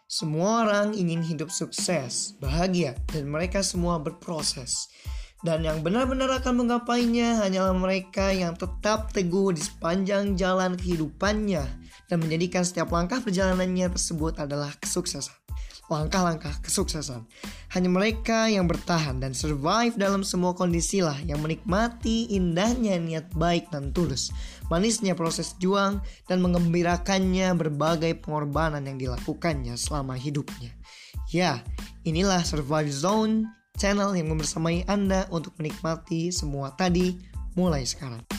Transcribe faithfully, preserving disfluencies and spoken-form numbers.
Semua orang ingin hidup sukses, bahagia, dan mereka semua berproses. Dan yang benar-benar akan menggapainya hanyalah mereka yang tetap teguh di sepanjang jalan kehidupannya dan menjadikan setiap langkah perjalanannya tersebut adalah kesuksesan. Langkah-langkah kesuksesan. Hanya mereka yang bertahan dan survive dalam semua kondisi lah yang menikmati indahnya niat baik dan tulus, manisnya proses juang, dan mengembirakannya berbagai pengorbanan yang dilakukannya selama hidupnya. Ya, inilah Survive Zone, channel yang membersamai Anda untuk menikmati semua tadi mulai sekarang.